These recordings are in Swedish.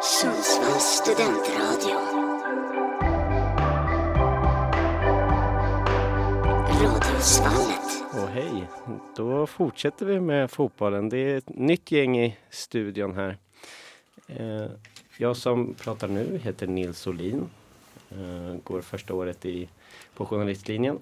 Sundsvalls studentradio. Radiosvallet. Och hej, då fortsätter vi med fotbollen. Det är ett nytt gäng i studion här. Jag som pratar nu heter Nils Olin. Går första året på journalistlinjen.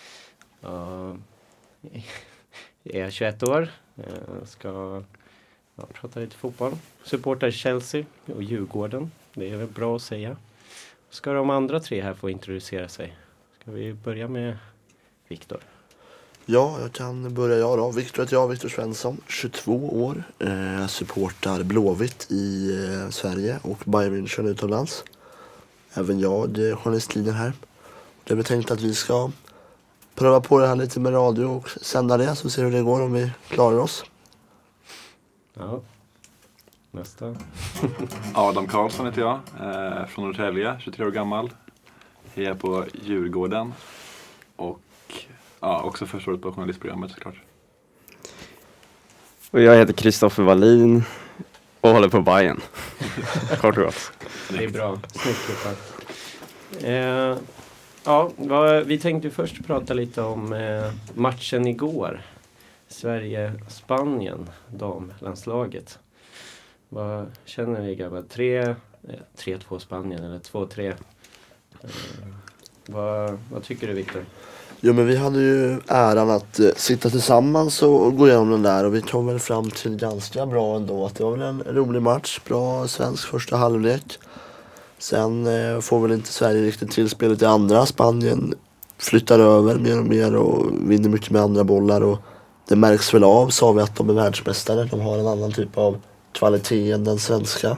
Jag är 21 år. Ska prata lite fotboll. Supportar Chelsea och Djurgården. Det är väl bra att säga. Ska de andra tre här få introducera sig? Ska vi börja med Viktor? Ja, jag kan börja jag då. Viktor heter jag, Viktor Svensson, 22 år. Supportar Blåvitt i Sverige och Bayern München utomlands. Även jag är journalistlinjen här. Det är tänkt att vi ska pröva på det här lite med radio och sända det, så ser vi hur det går om vi klarar oss. Ja, nästa. Adam Karlsson heter jag, från Norrtälje, 23 år gammal. Jag är på Djurgården och också första året på journalistprogrammet såklart. Och jag heter Kristoffer Wallin och håller på Bayern. Kort och gott. Det är bra. Snyggt. Vi tänkte först prata lite om matchen igår. Sverige-Spanien, damlandslaget. Vad känner ni grabbar? 3-2 Spanien eller 2-3? Vad tycker du, Viktor? Jo, men vi hade ju äran att sitta tillsammans och gå igenom den där, och vi kom väl fram till ganska bra ändå. Att det var väl en rolig match, bra svensk första halvlek. Sen får väl inte Sverige riktigt till spelet i andra. Spanien flyttar över mer och mer och vinner mycket med andra bollar, och det märks väl av, sa vi, att de är världsmästare. De har en annan typ av kvalitet än den svenska.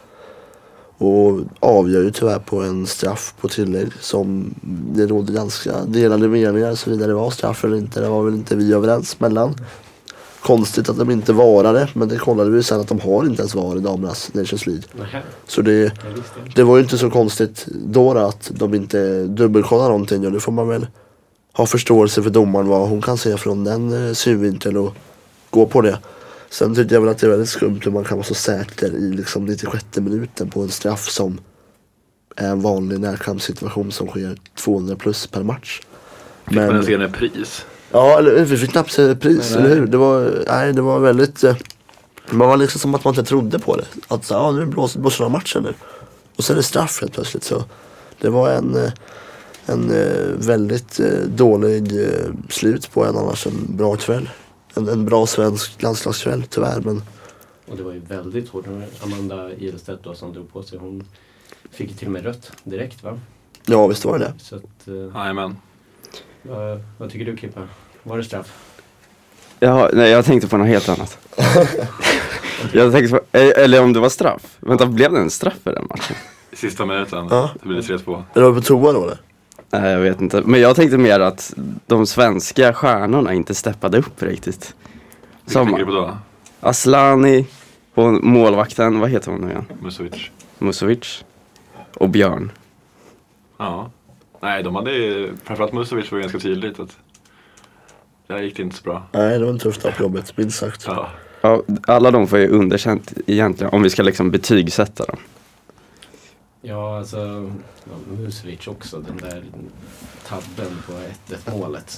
Och avgör ju tyvärr på en straff på tillägg som det råder ganska delade meningar så vidare. Det var straff eller inte, det var väl inte vi överens mellan. Konstigt att de inte varade, men det kollade vi sen att de har inte ens var i damernas Nations League. Så det var ju inte så konstigt då att de inte dubbelkollar någonting, och det får man väl ha förståelse för domaren vad hon kan se från den synvinkeln och gå på det. Sen tycker jag väl att det är väldigt skumt hur man kan vara så säker i liksom 96 minuten på en straff som är en vanlig närkampssituation som sker 200 plus per match. Fick man se en pris? Ja, eller vi fick knappt se ett pris, eller hur? Det var väldigt... Man var liksom som att man inte trodde på det. Att nu blåser matchen nu. Och sen är det straff helt plötsligt. Så det var en väldigt dålig slut på en annars en bra kväll. En bra svensk landslagskväll, tyvärr. Men... Och det var ju väldigt hårt. Amanda Ilstedt då som drog på sig. Hon fick till och med rött direkt, va? Ja, visst var det. Så att... Jajamän. Vad tycker du, Kippa? Var det straff? Ja, nej, jag tänkte på något helt annat. Jag tänkte på, eller om det var straff. Vänta, blev det en straff för den matchen? I sista minuten, Ja. det blir 3-2. Är det på toa då, eller? Nej, jag vet inte. Men jag tänkte mer att de svenska stjärnorna inte steppade upp riktigt. Vilka tänker du på då? Aslani och målvakten, vad heter hon nu igen? Musovic och Björn. Ja. Nej, de hade framförallt Musovic var ganska tydligt att det gick inte så bra. Nej, det var en tuff dag på jobbet, minst sagt. Ja. Ja, alla de får ju underkänt egentligen om vi ska liksom betygsätta dem. Ja, alltså Musovic också, den där tabben på 1-1 målet.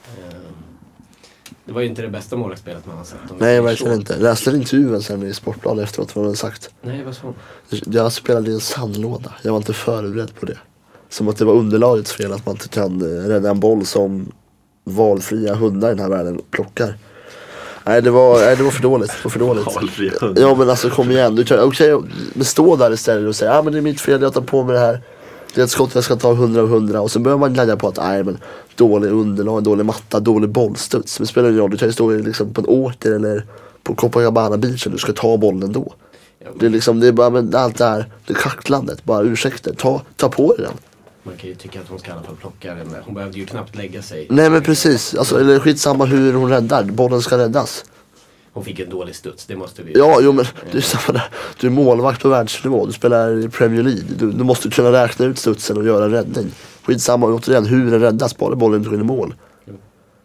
Det var ju inte det bästa målspelet man har sett. Nej, verkligen inte. Läste intervjun sen i Sportbladet efteråt vad de sagt. Nej, vad så? Jag spelade i en sandlåda. Jag var inte förberedd på det. Som att det var underlagets fel att man inte kan rädda en boll som valfria hundar i den här världen plockar. Nej, det var för dåligt. Det var för dåligt. Valfria hundar. Ja, men alltså kom igen. Okej, men stå där istället och säga men det är mitt fel, jag tar på mig det här. Det är ett skott jag ska ta 100 av 100. Och så börjar man glädja på att men dålig underlag, dålig matta, dålig bollstuds. Men spelar ingen roll, du kan ju stå liksom på en åker eller på Copacabana Beach och du ska ta bollen då. Det är liksom, det är bara men allt det här, det kacklandet, bara ursäkta, ta på dig den. Man kan ju tycka att hon ska i alla fall plocka den där. Hon behövde ju knappt lägga sig. Nej, men precis, alltså, eller skitsamma hur hon räddar, bollen ska räddas. Hon fick en dålig studs, det måste vi... Ja, jo men det är samma där. Du är målvakt på världsnivå, du spelar i Premier League. Du måste kunna räkna ut studsen och göra en räddning. Skitsamma, återigen, hur den räddas, bara bollen inte går in i mål.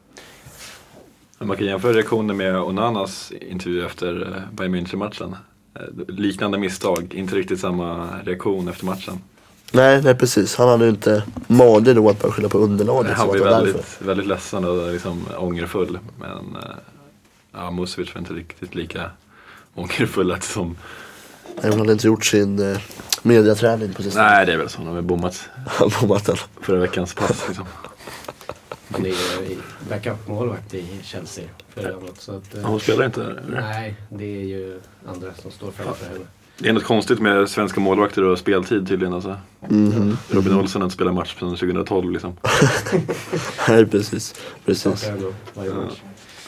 Man kan jämföra reaktionen med Onanas intervju efter Bayern München-matchen. liknande misstag, inte riktigt samma reaktion efter matchen. Nej, precis. Han hade ju inte mage då att börja skylla på underlaget. Han var väldigt ledsen och liksom ångerfull. Men Musovic var inte riktigt lika ångerfull som... Nej, hon hade inte gjort sin mediaträning på sistone. Nej, det är väl så. Han har bommat den. förra veckans pass liksom. Men det är backup-målvakt i Chelsea för annat, så att, hon spelar inte? Nej, det är ju andra som står framför henne. Det är något konstigt med svenska målvakter och speltid tydligen alltså. Robin Olsen har inte spelat match sedan 2012 liksom. Nej, precis. Varje match.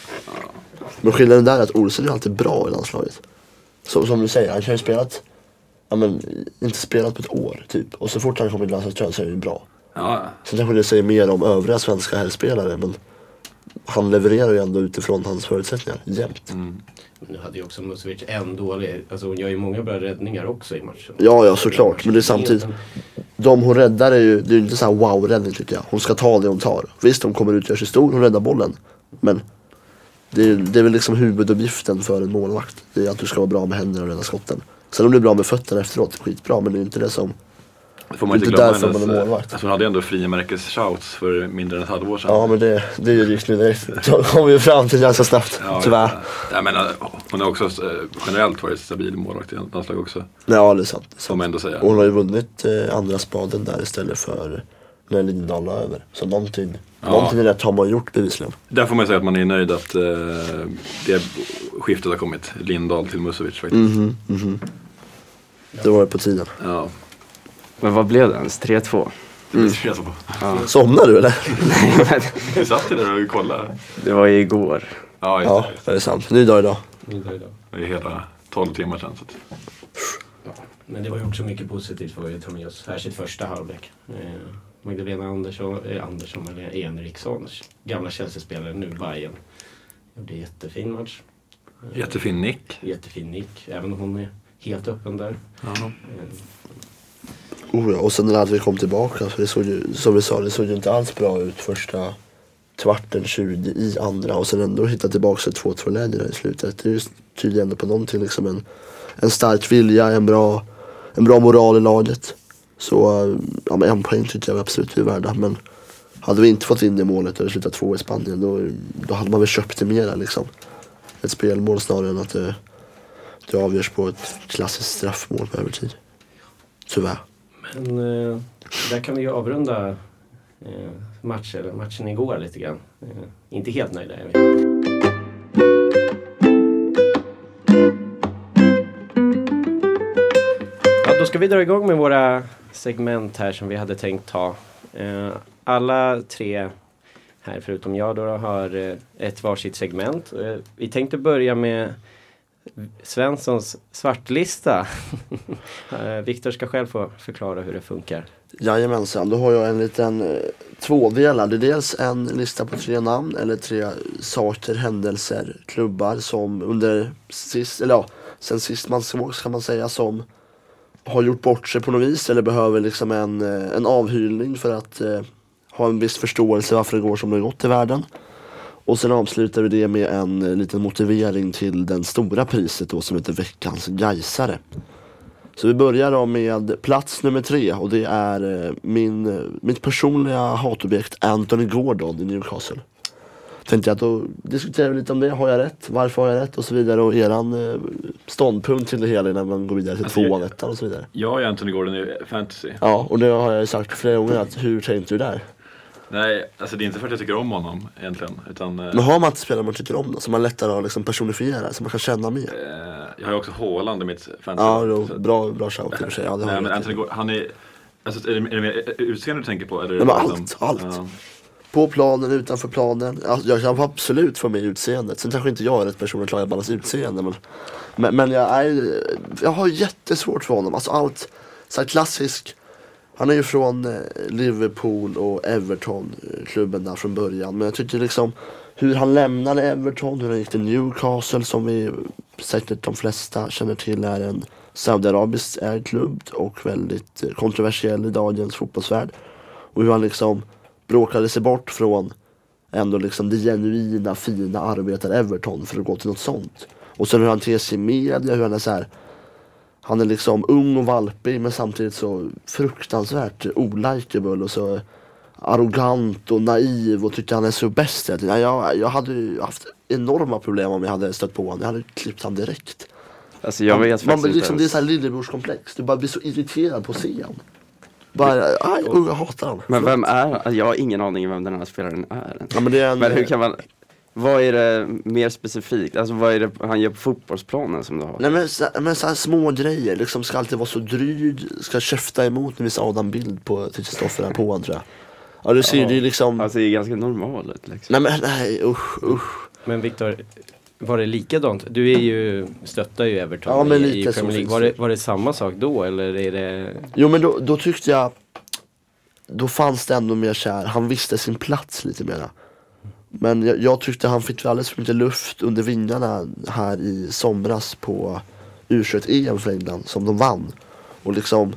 Men skillnaden där är att Olsen är alltid bra i landslaget. Som du säger, han kan ju spelat, inte spelat på ett år typ. Och så fort han kommer i landslagströjan så är det bra. Ja. Sen kanske det säger mer om övriga svenska herrspelare, men han levererar ju ändå utifrån hans förutsättningar jämt. Nu hade ju också Musovic en dålig, alltså hon gör ju många bra räddningar också i matchen. Ja, såklart, men det är samtidigt, de hon räddar är ju inte så här wow-räddning tycker jag. Hon ska ta det hon tar. Visst, hon kommer ut och gör sig stor, hon räddar bollen. Men det är väl liksom huvuduppgiften för en målvakt. Det är att du ska vara bra med händerna och rädda skotten. Sen om du är bra med fötterna efteråt, skitbra, men det är inte det som... Det får man inte glömma hennes, alltså hon hade ändå frimärkes-shouts för mindre än ett halvår sedan. Ja, men det är ju gick nu direkt. Då kom vi fram till ganska snabbt, tyvärr. Jag menar, hon har också generellt varit stabil målvakt i landslag också. Ja, det är sant. Som ändå säger. Hon har ju vunnit andra spaden där istället för när Lindahl la över. Så någonting rätt har man gjort bevisligen. Där får man säga att man är nöjd att det skiftet har kommit. Lindahl till Musovic faktiskt. Det var det på tiden. Ja. Men vad blev det ens? 3-2? Somnade du eller? Nej, men Du satt där och kollade. det var ju igår. Ja, det är sant. Ny dag idag. Det är hela 12 timmar sedan. Så att... Men det var ju också mycket positivt för att ta med oss här sitt första halvlek. Magdalena Andersson eller Enriksson, gamla Chelsea-spelare, nu Bayern. Gjorde jättefin match. Jättefin nick. Även om hon är helt öppen där. Och sen när vi kom tillbaka, så det såg ju, som vi sa, det såg ju inte alls bra ut första kvarten 20 i andra. Och sen ändå hitta tillbaka ett 2-2 läge i slutet. Det är ju tydligen ändå på någonting liksom en stark vilja, en bra moral i laget. Så men en poäng tycker jag absolut är värda. Men hade vi inte fått in det målet och det slutat 2 i Spanien, då hade man väl köpt det mera liksom. Ett spelmål snarare än att det avgörs på ett klassiskt straffmål på övertid. Tyvärr. Men där kan vi ju avrunda matchen igår lite grann. Inte helt nöjda är vi. Då ska vi dra igång med våra segment här som vi hade tänkt ta. Alla 3 här förutom jag då har ett varsitt segment. Vi tänkte börja med Svenssons svartlista. Viktor ska själv få förklara hur det funkar. Jajamensan, då har jag en liten tvådelad. Det är dels en lista på 3 namn eller 3 saker, händelser, klubbar som sen sist man såg kan man säga, som har gjort bort sig på något vis eller behöver liksom en avhyllning för att ha en viss förståelse varför det går som det har gått i världen. Och sen avslutar vi det med en liten motivering till den stora priset då som heter veckans Gaisare. Så vi börjar då med plats nummer 3 och det är mitt personliga hatobjekt Anthony Gordon i Newcastle. Tänkte jag att då diskuterar vi lite om det. Har jag rätt? Varför har jag rätt? Och så vidare. Och eran ståndpunkt till det hela innan man går vidare till 2-1 och så vidare. Jag är Anthony Gordon i fantasy. Ja, och det har jag sagt flera gånger att hur tänkte du där? Nej, alltså det är inte för att jag tycker om honom egentligen. Utan, men har man inte spelare man tycker om då? Så man lättare att liksom personifiera, så man kan känna mer. Jag har ju också Haaland i mitt fantasy. Ja, bra shout i och för sig. Ja, nej, men Anthony Gordon, han är... Alltså, är det mer utseende du tänker på? Eller nej, men allt. Ja. På planen, utanför planen. Alltså, jag kan absolut få med utseendet. Sen kanske inte jag är rätt person att klara balans utseende. Men jag har jättesvårt för honom. Alltså allt så här klassisk. Han är ju från Liverpool och Everton, klubben där från början. Men jag tycker liksom hur han lämnade Everton, hur han gick till Newcastle, som vi säkert de flesta känner till är en saudiarabisk klubb och väldigt kontroversiell i dagens fotbollsvärld. Och hur han liksom bråkade sig bort från ändå liksom det genuina, fina arbetar Everton för att gå till något sånt. Och sen hur han ter sig i media, hur han är så här Han är liksom ung och valpig men samtidigt så fruktansvärt olikeable och så arrogant och naiv och tycker han är så bäst. Jag hade ju haft enorma problem om jag hade stött på honom. Jag hade klippt han direkt. Alltså jag vet Man faktiskt liksom, inte det är så här lillebrorskomplex. Du bara blir så irriterad på att se han. Bara, jag hatar han. Men vem är han? Jag har ingen aning vem den här spelaren är. Ja, men det är Men hur kan man... Vad är det mer specifikt? Alltså vad är det han gör på fotbollsplanen som du har? Nej men så här små grejer, liksom ska alltid vara så dryg, ska käfta emot när vi sa Adam bild på till Kristoffer här på honom, tror jag. Ja du ser, det är liksom... Alltså det är ganska normalt liksom. Nej usch. Men Viktor, var det likadant? Du är ju, stöttar ju Everton Ja, men i lite Premier så League. Var det samma sak då eller är det... Jo men då tyckte jag, då fanns det ändå mer kär, han visste sin plats lite mera. Men jag tyckte han fick alldeles för mycket luft under vingarna här i somras på U21-EM för England som de vann. Och liksom,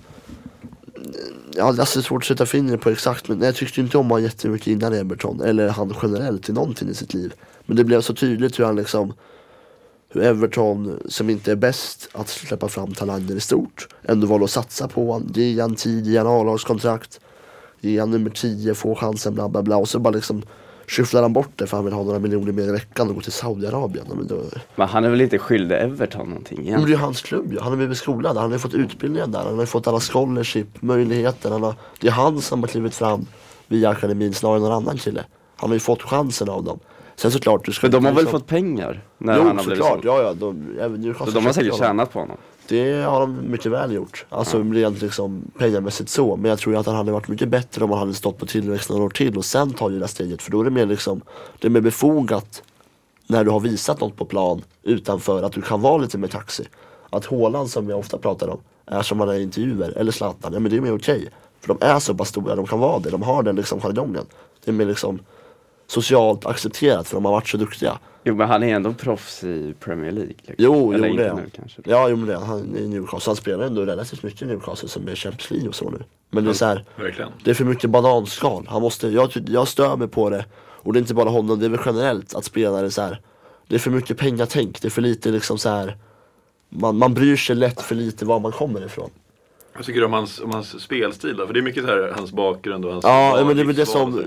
jag hade alltså svårt att sätta fingret på exakt, men jag tyckte inte om han jättemycket innan Everton, eller han generellt i någonting i sitt liv. Men det blev så tydligt hur han liksom, hur Everton, som inte är bäst att släppa fram talanger i stort, ändå valde att satsa på han, ge han tid, ge han A-lagskontrakt, ge han nummer 10, få chansen, bla bla bla, och så bara liksom skyfflar han bort det för han vill ha några miljoner mer i veckan och gå till Saudiarabien. Men han är väl inte skyldig Everton någonting igen? Men det är ju hans klubb, han har blivit skolad, han har fått utbildningen där, han har fått alla scholarship, möjligheter, det är han som har klivit fram via akademin snarare än någon annan kille. Han har ju fått chansen av dem. Sen såklart du ska... För de har väl fått pengar när han har blivit såklart, ja. De har säkert tjänat på honom. Det har de mycket väl gjort. Alltså rent liksom pengamässigt så. Men jag tror att han hade varit mycket bättre om han hade stått på tillväxt några år till och sen tagit det där steget. För då är det mer liksom, det är mer befogat när du har visat något på plan utanför att du kan vara lite mer kaxig. Att Haaland, som jag ofta pratar om, är som man är i intervjuer, eller Zlatan, ja men det är mer okej. För de är så pass stora, de kan vara det, de har den liksom jargongen. Det är mer liksom socialt accepterat för de har varit så duktiga. Jo men han är ändå proffs i Premier League liksom. Jo eller det är nu, kanske. Ja, jo men det, han är i Newcastle. Han spelar ändå relativt mycket i Newcastle som är Champions League och så nu. Men det är så här, Verkligen. det är för mycket bananskal. Han måste, jag stör mig på det. Och det är inte bara honom, det är väl generellt att spelare så här. Det är för mycket pengatänk, det är för lite liksom så här. Man bryr sig lätt för lite var man kommer ifrån. Jag tycker om hans spelstil då, för det är mycket så här hans bakgrund och hans... Ja, men det är väl det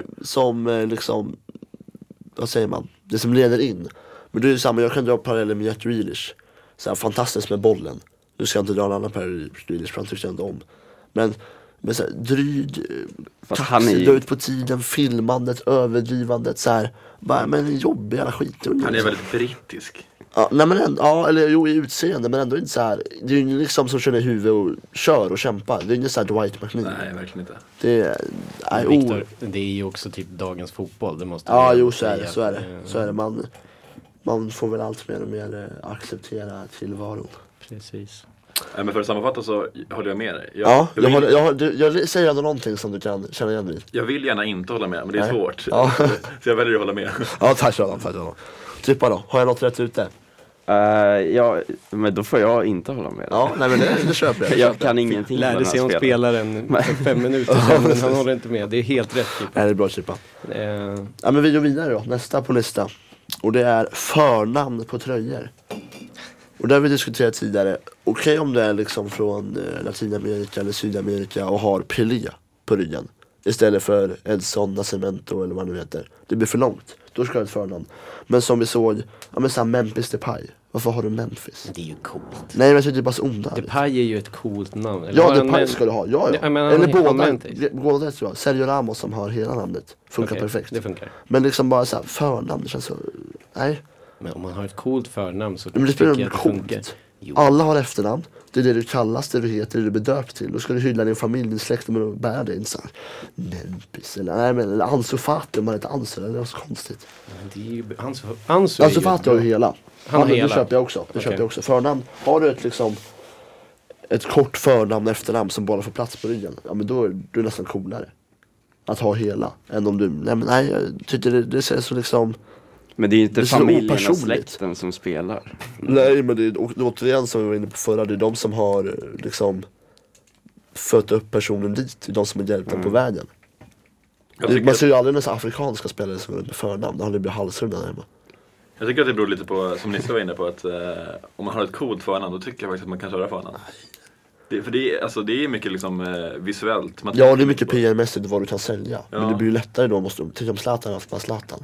som liksom, vad säger man? Det som leder in. Men det är ju samma, jag kan dra paralleller med Jack Grealish. Så här, fantastiskt med bollen. Nu ska jag inte dra en annan parallell med Grealish, för han tyckte jag inte om. Men så här, dryg, kaxig, dra ut på tiden, filmandet, överdrivandet, så här, bara, men jobbig jävla skitunge. Han är väldigt brittisk. Ja, nej men ändå, ja, eller jo, i utseende, men ändå inte så här. Det är ju ingen liksom som känner huvud och kör och kämpar. Det är ingen så här Dwight McNeil. Nej, verkligen inte. Det är Victor, det är ju också typ dagens fotboll, det måste ja, vi jo, säga. så är det. Man får väl allt mer och mer acceptera tillvaron. Precis. Nej, men för att sammanfatta så håller jag med dig. Jag säger ändå någonting som du kan känna igen dig i. Jag vill gärna inte hålla med, men det är svårt. Ja. Så jag väljer att hålla med. Ja, tack så mycket. Tippa då, har jag något rätt ute? Ja, men då får jag inte hålla med. Ja, nej men det köper jag. Jag kan ingenting. Lärde sig om spelaren för 5 minuter sedan, men han håller inte med. Det är helt rätt. Nej, det är bra Chippa. Eh, Ja, men vi går vidare då, nästa på lista. Och det är förnamn på tröjor. Och det har vi diskuterat tidigare. Okej om det är liksom från Latinamerika eller Sydamerika och har Pelé på ryggen istället för Edson Nascimento eller vad det nu heter. Det blir för långt. Då ska det ett förnamn. Men som vi såg, ja men såhär Memphis Depay. Varför har du Memphis? det är ju coolt. Nej men jag tycker det är bara så onödigt. Depay är ju ett coolt namn. Eller Ja, har han Depay ska du ha. Ja. Ja, men eller han har båda tror jag. Sergio Ramos som har hela namnet. Funkar Okej, perfekt. det funkar. Men liksom bara såhär förnamn, det känns så... Nej. Men om man har ett coolt förnamn så Men det tycker spelar jag inte att det funkar. coolt. Jo. Alla har efternamn. Det är det du kallas, det du heter, det du är bedöpt till. Då ska du hylla din familj, din släkt, men att bära dig en sån här Nempis eller Ansu Fati om man heter Ansu, det är så konstigt. Det är ju, Ansu är ju Fati har ju hela. Han har Det hela. köper jag också. Det Okej. köper jag också. Förnamn, har du ett liksom ett kort förnamn och efternamn som bara får plats på ryggen, ja men då är du nästan coolare att ha hela än om du, nej jag tycker det ser så liksom. Men det är ju inte Det är så familjen och opersonligt. släkten som spelar. Nej men det är återigen som vi var inne på förra, det är de som har liksom fött upp personen dit, det är de som har hjälpt den på vägen. Jag tycker Man ser ju aldrig nästan afrikanska spelare som går ut med förnamn, det har blivit halshuggna där hemma. Jag tycker att det beror lite på, som Nisse var inne på, att om man har ett coolt förnamn, då tycker jag faktiskt att man kan köra förnamn. För det är mycket liksom visuellt. Ja, det är mycket PR-mässigt vad du kan sälja. Ja. Men det blir ju lättare då, måste du om Zlatan har haft Zlatan.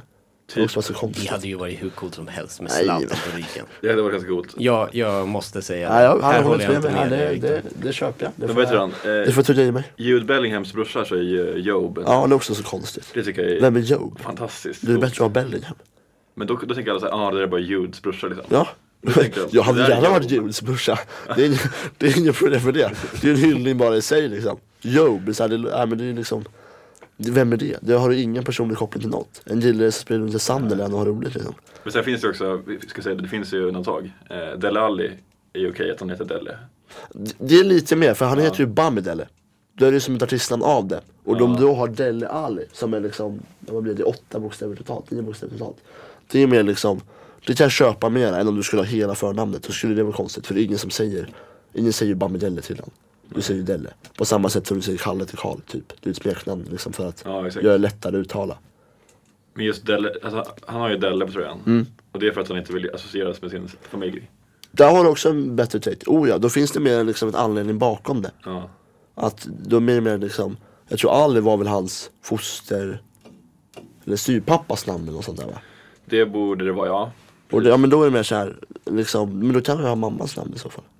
Det hade ju varit hur coolt som helst med Zlatan på ryggen. Det hade varit ganska coolt. Jag måste säga här håller jag inte med. Det köper jag. Det får ta mig. Jude Bellinghams brorsa så är ju Job. Ja, det är också så konstigt. Det tycker jag är Vem är Job? Fantastiskt. Det är bättre att ha Bellingham. Men då tänker alla såhär, det är bara Judes brorsa liksom. Ja. Jag hade gärna varit Judes brorsa. Det är ingen problem för det. Det är en hyllning bara i sig liksom. Job, men det är liksom. Vem är det? Det har du ingen personlig koppling till något. En gillare som sprider under sand eller har roligt liksom. Men sen finns det också, det finns ju undantag. Dele Alli är ju okej att han heter Dele. Det är lite mer, för han heter ju Bamidele. Då är det som ett artistnamn av det. Och de då har Dele Alli som är liksom, vad blir det, 8 bokstäver totalt, 9 bokstäver totalt. Det är mer liksom, det kan jag köpa mer än om du skulle ha hela förnamnet. Då skulle det vara konstigt, för det är ingen säger Bamidele till honom. Du säger Delle. På samma sätt som du säger Kalle till Karl typ. Det är ett smeknamn liksom för att göra det lättare att uttala. Men just Delle, alltså, han har ju Delle på tröjan. Och det är för att han inte vill associeras med sin familj. Där har du också en bättre take. Då finns det mer liksom ett anledning bakom det. Ja. Att då är mer liksom, jag tror Ali var väl hans foster eller styrpappas namn eller något sånt där, va? Det borde det vara, ja. Och men då är det mer så här liksom, men då kan du ha mammas namn i så fall.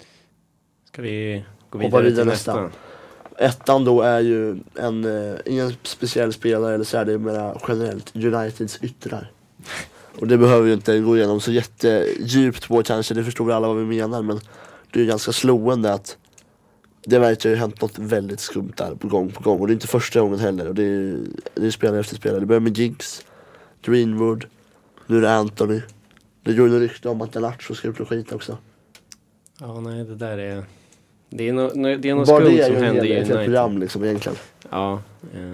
Ska vi gå vidare till nästa? Ettan då är ju ingen speciell spelare eller så här, det är mer generellt Uniteds yttrar. Och det behöver ju inte gå igenom så jättedjupt på kanske, det förstår vi alla vad vi menar, men det är ju ganska slående att det verkar ju hänt något väldigt skumt där på gång. Och det är inte första gången heller, och det är spelare efter spelare. Det börjar med Giggs, Greenwood, nu är det Anthony. Det går ju något rykte om att Garnacho ska upp skit också. Ja, nej, det där är... Det är något skumt som händer i United. Program liksom egentligen. Ja.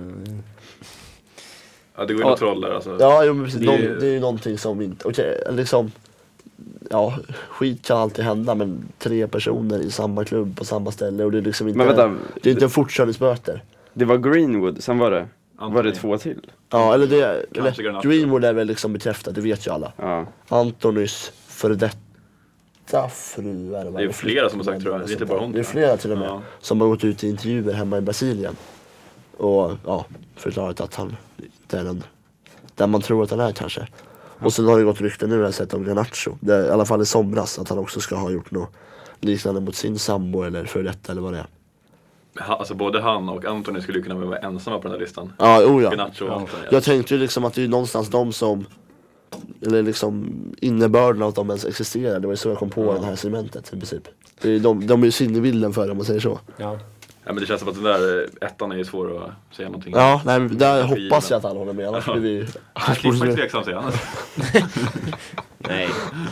Ja, det går ju något troll där alltså. Ja, men precis. Det är ju någonting som inte... Okej, liksom... Ja, skit kan alltid hända, men 3 personer i samma klubb på samma ställe, och det är liksom inte... Men vänta, det är inte en fortkörningsböter. Det var Greenwood, sen var det 2 till. Ja, eller Greenwood är väl liksom bekräftat, det vet ju alla. Ja. Antonys för detta fru är det är flera som har sagt, tror jag. Det är inte bara hon. Det är flera till och med som har gått ut i intervjuer hemma i Brasilien och förklarat att han inte är den där man tror att han är kanske. Och sen har det gått rykten nu, jag har sett om Garnacho, i alla fall i somras, att han också ska ha gjort något liknande mot sin sambo eller för detta eller vad det är. Alltså både han och Anthony skulle ju kunna vara ensamma på den här listan. Ja. Garnacho och Anthony. Jag tänkte ju liksom att det är någonstans de som, eller liksom innebörden av att de ens existerar. Det var ju så jag kom på det här segmentet i princip. Det är de är ju sinnebilden för det, om man säger så. Ja. Ja, men det känns som att den där ettan är ju svår att säga någonting. Ja, nej, där hoppas jag att alla håller med. Annars blir vi... Klippar tveksam, säger han. Nej.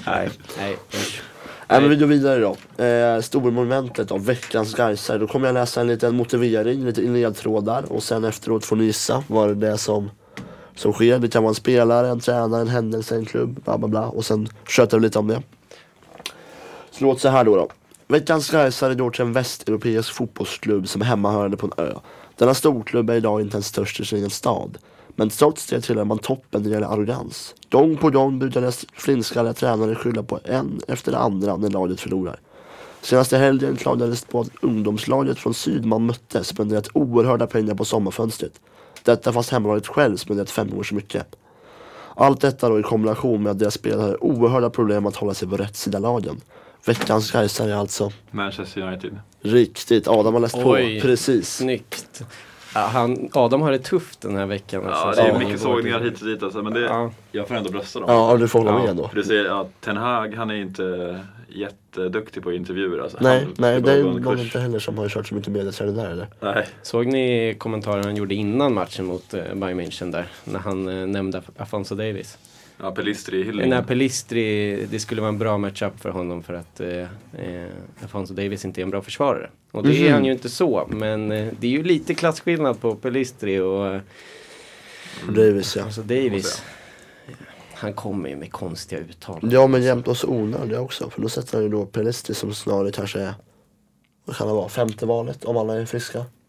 Men vi går vidare då. Stormomentet av veckans Gaisare. Då kommer jag läsa en liten motivering, lite ledtrådar. Och sen efteråt får ni gissa vad det är som sker. Det kan vara en spelare, en tränare, en händelse, en klubb, bla bla bla. Och sen sköter vi lite om det. Så låt så här då. Veckans Gaisare är gjort till en västeuropeisk fotbollsklubb som är hemmahörande på en ö. Denna storklubb är idag inte ens störst i sin stad. Men trots det tillhör man toppen när det gäller arrogans. Gång på gång brukades flintskalliga tränare skylla på en efter det andra när laget förlorar. Senaste helgen klagades på att ungdomslaget från syd man mötte spenderat oerhörda pengar på sommarfönstret. Detta fast hemmalaget själv spenderat 5 gånger så mycket. Allt detta då i kombination med att deras spelare hade oerhörda problem att hålla sig på rätt sida lagen. Veckans Gaisare är alltså Manchester United. Riktigt, Adam har läst på. Precis. Snyggt. Adam har det tufft den här veckan. Ja, det är mycket sågningar hit och dit alltså, men jag får ändå brösta dem. Ja, du får hålla med då. Du ser att Ten Hag, han är inte jätteduktig på intervjuer alltså. Nej, det är någon inte heller som har kört så mycket medieträning där eller? Nej. Såg ni kommentaren han gjorde innan matchen mot Bayern München där, när han nämnde Afonso Davies? Ja, Pellistri i hyllningen. När Pellistri, det skulle vara en bra matchup för honom för att Afonso Davies inte är en bra försvarare. Och det är han ju inte så, men det är ju lite klassskillnad på Pellistri och Davies, alltså Davies. Han kommer ju med konstiga uttal. Ja, men jämt och så onödiga också. För då sätter han ju då Pellistri som snarare kanske är, vad kan det vara, 5:e valet om alla är friska.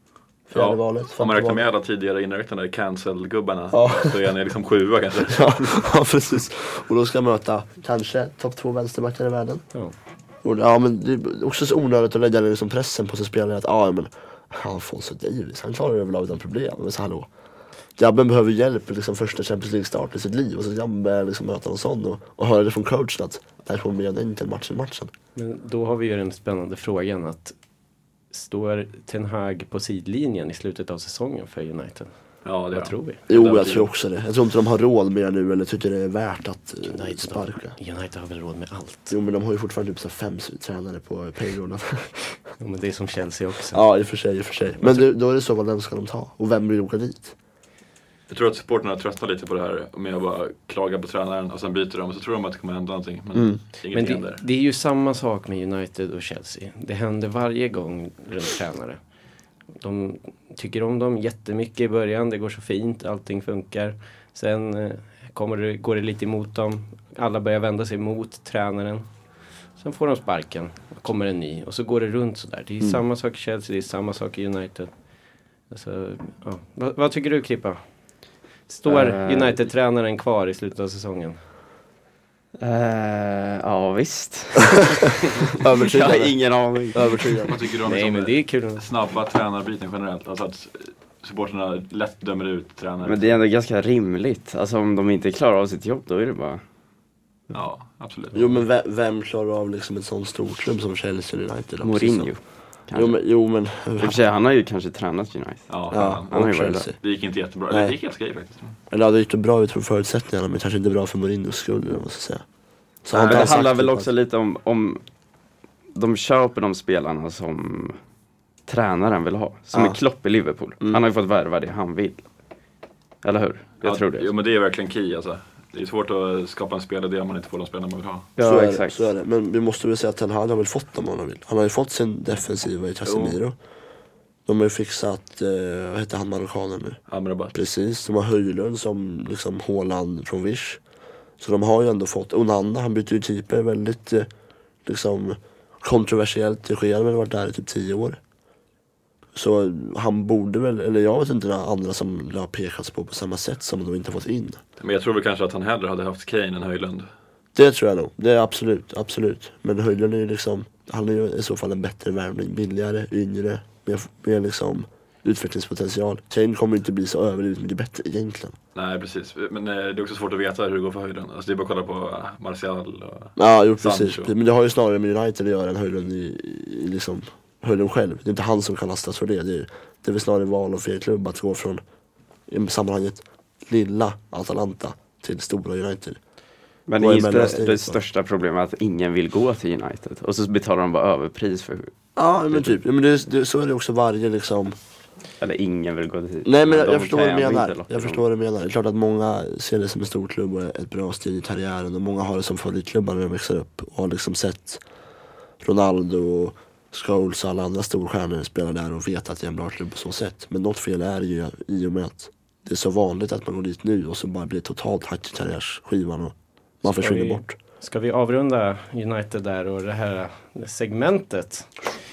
fjärde valet. Om man räknar med alla tidigare inräknade cancel-gubbarna Ja. så är ni liksom 7 kanske. Ja, precis. Och då ska möta kanske topp 2 vänsterbackar i världen. Ja. Och, ja, men det är också så onödigt att lägga liksom pressen på sin spelare att men Alfonso Davies, han klarar överlag utan problem. Men så hallå. Jabben behöver hjälp liksom första Champions League-start i sitt liv och så ska man börja liksom möta någon sån och höra det från coachen att det här kommer bli en enkel matchen. Men då har vi ju den spännande frågan att står Ten Hag på sidlinjen i slutet av säsongen för United? Ja, det Vad tror vi? Jo, jag tror också det. Jag tror inte de har råd mer nu eller tycker det är värt att sparka. United har väl råd med allt. Jo, men de har ju fortfarande typ så 5 tränare på payrollen. Jo, men det är som Chelsea också. Ja, i och för sig. Men då är det så, vem ska de ta? Och vem vill åka dit? Jag tror att supporterna tröttnar lite på det här med att bara klaga på tränaren och sen byter de och så tror de att det kommer hända någonting. Men ingenting händer. Det är ju samma sak med United och Chelsea. Det händer varje gång runt tränare. De tycker om dem jättemycket i början. Det går så fint, allting funkar. Sen går det lite emot dem. Alla börjar vända sig mot tränaren. Sen får de sparken. Kommer en ny. Och så går det runt sådär. Det är samma sak i Chelsea, det är samma sak i United. Alltså, ja. Vad tycker du, Krippa? Står United-tränaren kvar i slutet av säsongen? Ja, visst. Jag Övertygande. har ingen aning. Övertygande. Vad tycker du om Nej, men det är kul. snabba tränarbyten generellt? Alltså att supporterna lätt dömer ut tränare. Men det är ändå ganska rimligt. Alltså om de inte klarar av sitt jobb, då är det bara... Ja, absolut. Jo, men vem klarar av liksom ett sånt stort klubb som Chelsea United? Mourinho. Jo, men I och för sig, han har ju kanske tränat United. Ja, han har och ju varit Chelsea. det gick inte jättebra. Nej. Eller det gick helt skoj faktiskt. Eller det gick ju bra utifrån förutsättningarna, men kanske inte bra för Mourinhos skull, eller vad man ska säga. Så Men han det sagt handlar väl typ också att- lite om de köper de spelarna som tränaren vill ha. Som Ja. är Klopp i Liverpool. Han har ju fått värva det han vill. Eller hur? Jag tror det. Jo, men det är verkligen key alltså. Det är svårt att skapa en spelidé om man inte får de spelarna man vill ha. så är det, så är det. Men vi måste väl säga att Ten Hag har väl fått dem om han vill. Han har ju fått sin defensiva i Casemiro. De har ju fixat, vad heter han marockanen nu? Amrabat. Precis, de har Höjlund som liksom Haaland från Wish. Så de har ju ändå fått, Onana, han bytte ju keeper väldigt liksom kontroversiellt. Real har väl varit där i typ 10 år. Så han borde väl, eller jag vet inte några andra som det har pekats på samma sätt som de inte fått in. Men jag tror väl kanske att han hellre hade haft Kane än Höjlund. Det tror jag nog, det är absolut. Men Höjlund är ju liksom, han är ju i så fall en bättre värvning, billigare, yngre, mer liksom utvecklingspotential. Kane kommer ju inte bli så överdrivet mycket bättre egentligen. Nej, precis. Men det är också svårt att veta hur det går för Höjlund. Alltså det är bara att kolla på Martial och... Ja, jo, Sancho. precis. Men det har ju snarare med United att göra än Höjlund i liksom Höjlund själv. Det är inte han som kan lastas för det. Det är väl snarare val av fel klubb att gå från i sammanhanget lilla Atalanta till stora United. Men Vad är det är mellansteget det då? största problemet att ingen vill gå till United. Och så betalar de bara överpris för... Ja, men typ. Ja, men så är det också varje liksom. Eller ingen vill gå till... Nej, men de jag förstår vad du kan inte menar. locka Jag dem. förstår vad du menar. Det är klart att många ser det som en stor klubb och ett bra steg i karriären. Och många har det som favoritklubbar när de växer upp. Och har liksom sett Ronaldo, Scholes och alla andra storstjärnor spela där och vet att det är en bra klubb på så sätt. Men något fel är ju i och med att det är så vanligt att man går dit nu och så bara blir totalt hack i karriärsskivan och man försvinner bort. Ska vi avrunda United där och det här segmentet?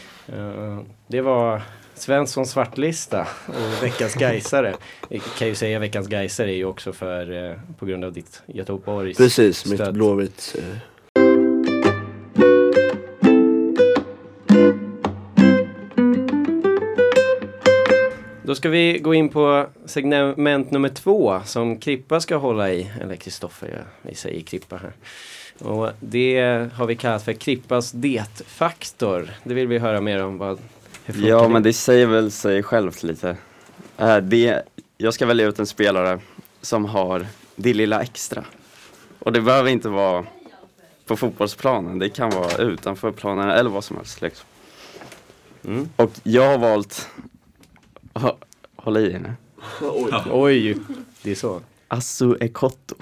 Det var Svenssons svartlista och veckans Gaisare. Jag kan ju säga veckans Gaisare är ju också för på grund av ditt Göteborgs Precis, mitt stöd. Blåvitt. Då ska vi gå in på segment nummer 2 som Krippa ska hålla i. Eller Kristoffer, vi säger Krippa här. Och det har vi kallat för Krippas det-faktor. Det vill vi höra mer om. Hur funkar Ja, men det säger väl sig självt lite. Jag ska välja ut en spelare som har det lilla extra. Och det behöver inte vara på fotbollsplanen. Det kan vara utanför planen eller vad som helst. Liksom. Mm. Och jag har valt... Håll i nu. Oj, det är så. Asu Ekotto.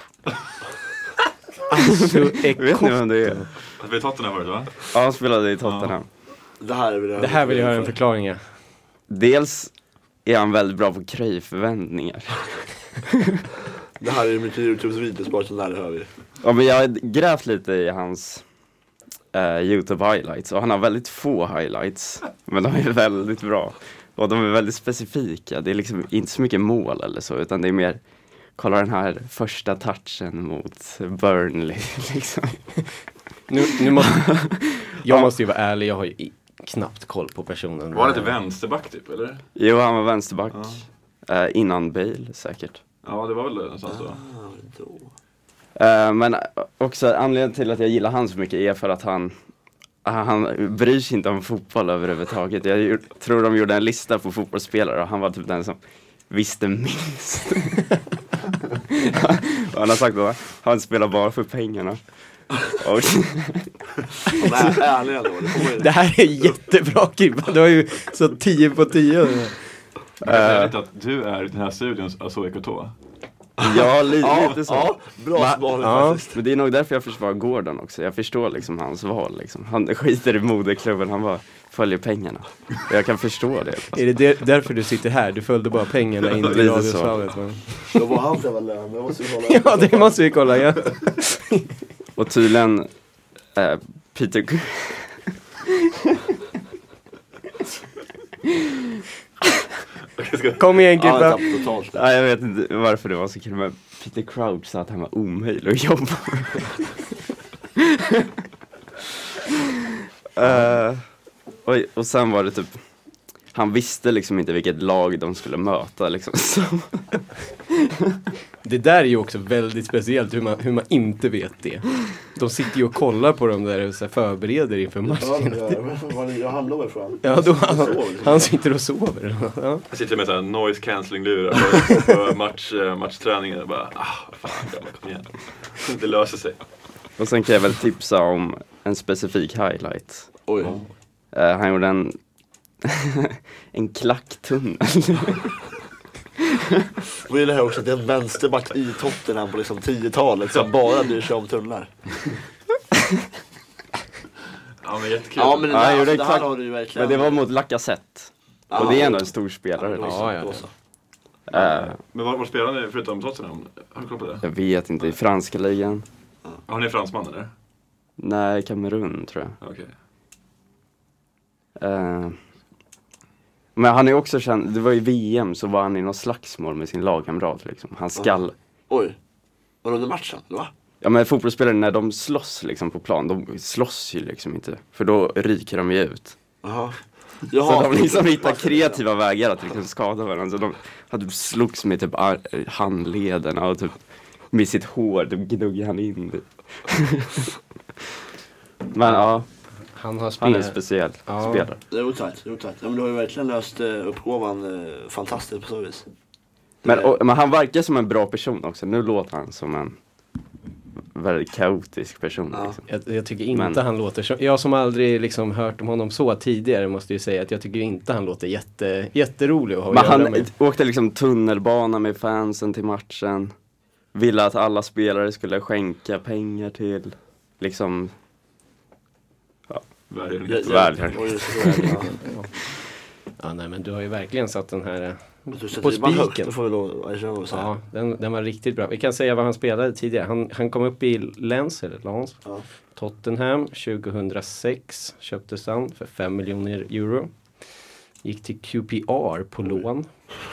Vet Vet ni vem det är? Vi har Tottenham förut, va? Ja, han spelade i Tottenham. Det här vill jag höra en förklaring. Ja. Dels är han väldigt bra på Cruyff-vändningar. Det här är mycket YouTubes videosport som där hör vi. Ja, men jag har grävt lite i hans YouTube highlights. Och han har väldigt få highlights. Men de är väldigt bra. Och de är väldigt specifika. Det är liksom inte så mycket mål eller så. Utan det är mer, kolla den här första touchen mot Burnley. Liksom. Nu måste, jag måste ju vara ärlig, jag har ju knappt koll på personen. Var det inte vänsterback typ, eller? Jo, han var vänsterback. Innan Bale säkert. Ja, det var väl någonstans så. Men också anledningen till att jag gillar han så mycket är för att han bryr sig inte om fotboll överhuvudtaget. Jag tror de gjorde en lista på fotbollsspelare och han var typ den som visste minst. Och han har sagt då, han spelar bara för pengarna. Och det här är jättebra, Kibba. Du har ju så 10 på 10. Jag vet att du är den här studions ASOEKT. Ja, lite så. Ja, bra svar faktiskt. Men det är nog därför jag försvarar Gordon också. Jag förstår liksom hans val liksom. Han skiter i moderklubben, han bara följer pengarna. Jag kan förstå det. Är det därför du sitter här? Du följde bara pengarna in i radioslaget. Då var han för lön, det måste vi kolla. Ja, det måste vi kolla, ja. Och tydligen Peter Kom igen, Kibba. Ja, jag vet inte varför det var så kul, men Peter Crouch sa att han var omöjlig att jobba och sen var det typ, han visste liksom inte vilket lag de skulle möta liksom. Det där är ju också väldigt speciellt hur man inte vet det. De sitter ju och kollar på dem där och så förbereder inför matchen. Jag hamnade ifrån. Ja, då han sitter och sover. Ja. Jag sitter med såhär noise cancelling-lurar på matchträningen och bara, fan, kom igen. Det löser sig. Och sen kan jag väl tipsa om en specifik highlight. Oj. Han gjorde en klacktunnel. Och det här också att det är en vänsterback i Tottenham på liksom 10-talet som bara bryr sig om tunnlar. Ja, men jättekul. Ja, men det Ja, här har du ju verkligen. Men det var mot Lacazette. Och det är ändå en stor spelare. Men var spelar ni förutom Tottenham? Har du koll på det? Jag vet inte, i franska ligan. Har ni fransman eller? Nej, Kamerun tror jag. Okej. Men han är också känd, det var i VM så var han i någon slagsmål med sin lagkamrat liksom. Han skall. Oj. Var det under matchen, va? Ja, men fotbollsspelare när de slåss liksom på plan, de slåss ju liksom inte. För då ryker de ju ut. Jaha. Så de liksom hittar kreativa vägar att liksom skada varandra. Så de hade slogs med typ handlederna och typ med sitt hår, typ gnuggade han in det. Men ja, Han är speciell spelare. Det är otajt. Ja, men du har ju verkligen löst uppgåvan fantastiskt på så vis. Men han verkar som en bra person också. Nu låter han som en väldigt kaotisk person. Ja. Liksom. Jag tycker inte han låter så. Jag som aldrig liksom hört om honom så tidigare måste ju säga att jag tycker inte han låter jätterolig att ha Men att göra han med. åkte liksom tunnelbana med fansen till matchen. Ville att alla spelare skulle skänka pengar till liksom Ja, nej, men du har ju verkligen satt den här på spiken. Ja, den var riktigt bra. Vi kan säga vad han spelade tidigare. Han kom upp i Lens. Ja. Tottenham 2006 köptes han för 5 miljoner euro. Gick till QPR på lån.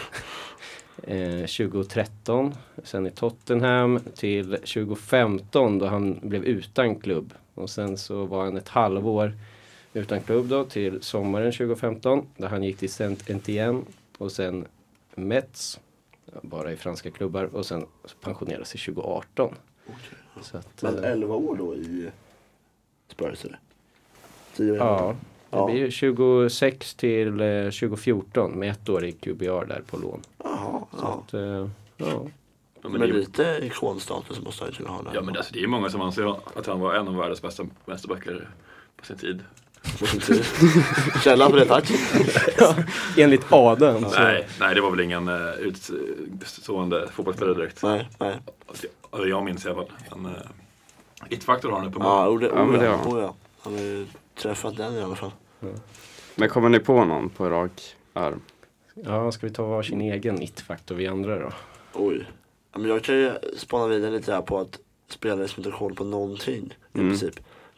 2013 sen i Tottenham till 2015 då han blev utan klubb. Och sen så var han ett halvår utan klubb då till sommaren 2015 där han gick till Saint-Étienne och sen Metz, bara i franska klubbar, och sen pensionerade sig 2018. Okay. Så att, men 11 år då i Spurs eller? Ja, det blir 26 till 2014 med ett år i QBR där på lån. Jaha, så att, ja. Men lite ikonstatus måste han ju ha där. Ja, men alltså, det är många som anser att han var en av världens bästa vänsterbackar på sin tid. Källa på det, tack. Ja, enligt Adam. Nej, det var väl ingen utstående fotbollsspelare direkt. Nej. Jag minns i alla fall. It-faktor har han uppe. Ja. Han har ju träffat den i alla fall. Ja. Men kommer ni på någon på rak arm? Ja, ska vi ta varsin egen it-faktor vi andra då? Oj. Men jag kan ju spana vidare lite här på att spelare som inte har koll på någonting i princip.